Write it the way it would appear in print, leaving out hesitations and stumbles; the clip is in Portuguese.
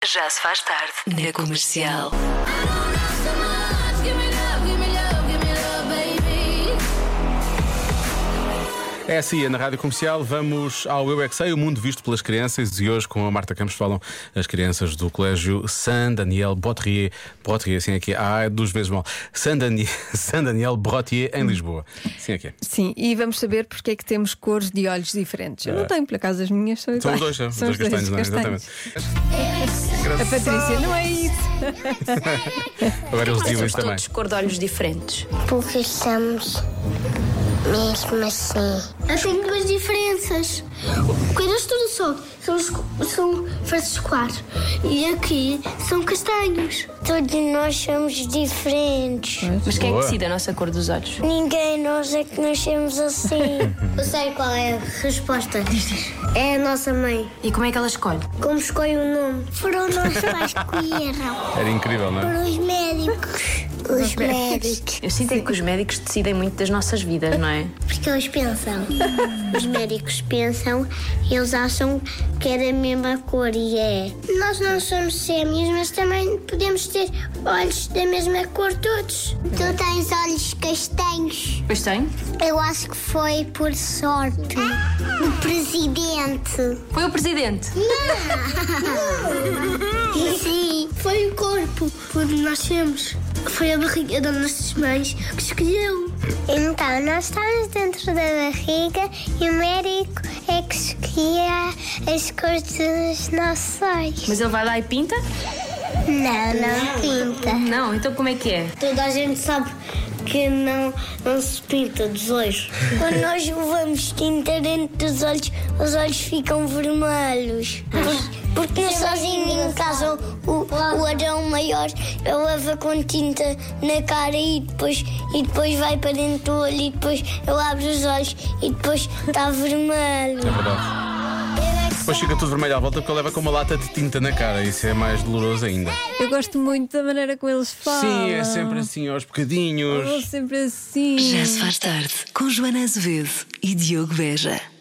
Já se faz tarde na Comercial. É assim, na Rádio Comercial vamos ao Eu é que Sei, o mundo visto pelas crianças. E hoje com a Marta Campos falam as crianças do Colégio Saint-Daniel Brottier, assim é que é, duas vezes mal, Saint-Daniel Brottier em Lisboa. Assim é que é. Sim, e vamos saber porque é que temos cores de olhos diferentes. Eu não tenho, por acaso as minhas são São iguais. os dois, são os dois castanhos, não é? Exatamente. A Patrícia, não é isso. Agora eles dizem Somos isso também. todos cor de olhos diferentes. Porque estamos mesmo assim. Tem duas diferenças. Coisas tudo são verdes claros. E aqui são castanhos. Todos nós somos diferentes. Mas quem é Boa. que decide a nossa cor dos olhos? Ninguém, nós é que nascemos assim. Eu sei qual é a resposta. É a nossa mãe. E como é que ela escolhe? Como escolhe o nome? Foram nossos pais que escolheram. Era incrível, não é? Foram os médicos. Os médicos. Eu sinto é que os médicos decidem muito das nossas vidas, não é? Porque eles pensam. Os médicos pensam, eles acham que é da mesma cor e é. Nós não somos gêmeos, mas também podemos ter olhos da mesma cor todos. Tu tens olhos castanhos. Pois tem. Eu acho que foi por sorte do presidente. Foi o presidente. Sim, foi o corpo onde nós temos. Foi a barriga das nossas mães que escolheu. Então, nós estamos dentro da barriga e o médico é que escolhia as cores dos nossos olhos. Mas ele vai lá e pinta? Não pinta. Não, então como é que é? Toda a gente sabe que não se pinta dos olhos. Quando nós levamos tinta dentro dos olhos, os olhos ficam vermelhos. Porque eu sozinho em casa, o Adão maior, ele leva com tinta na cara e depois vai para dentro do olho e depois eu abro os olhos e depois está vermelho. É verdade. Depois fica tudo vermelho à volta porque ele leva com uma lata de tinta na cara. Isso é mais doloroso ainda. Eu gosto muito da maneira como eles falam. Sim, é sempre assim, aos bocadinhos. Sempre assim. Já se faz tarde com Joana Azevedo e Diogo Beja.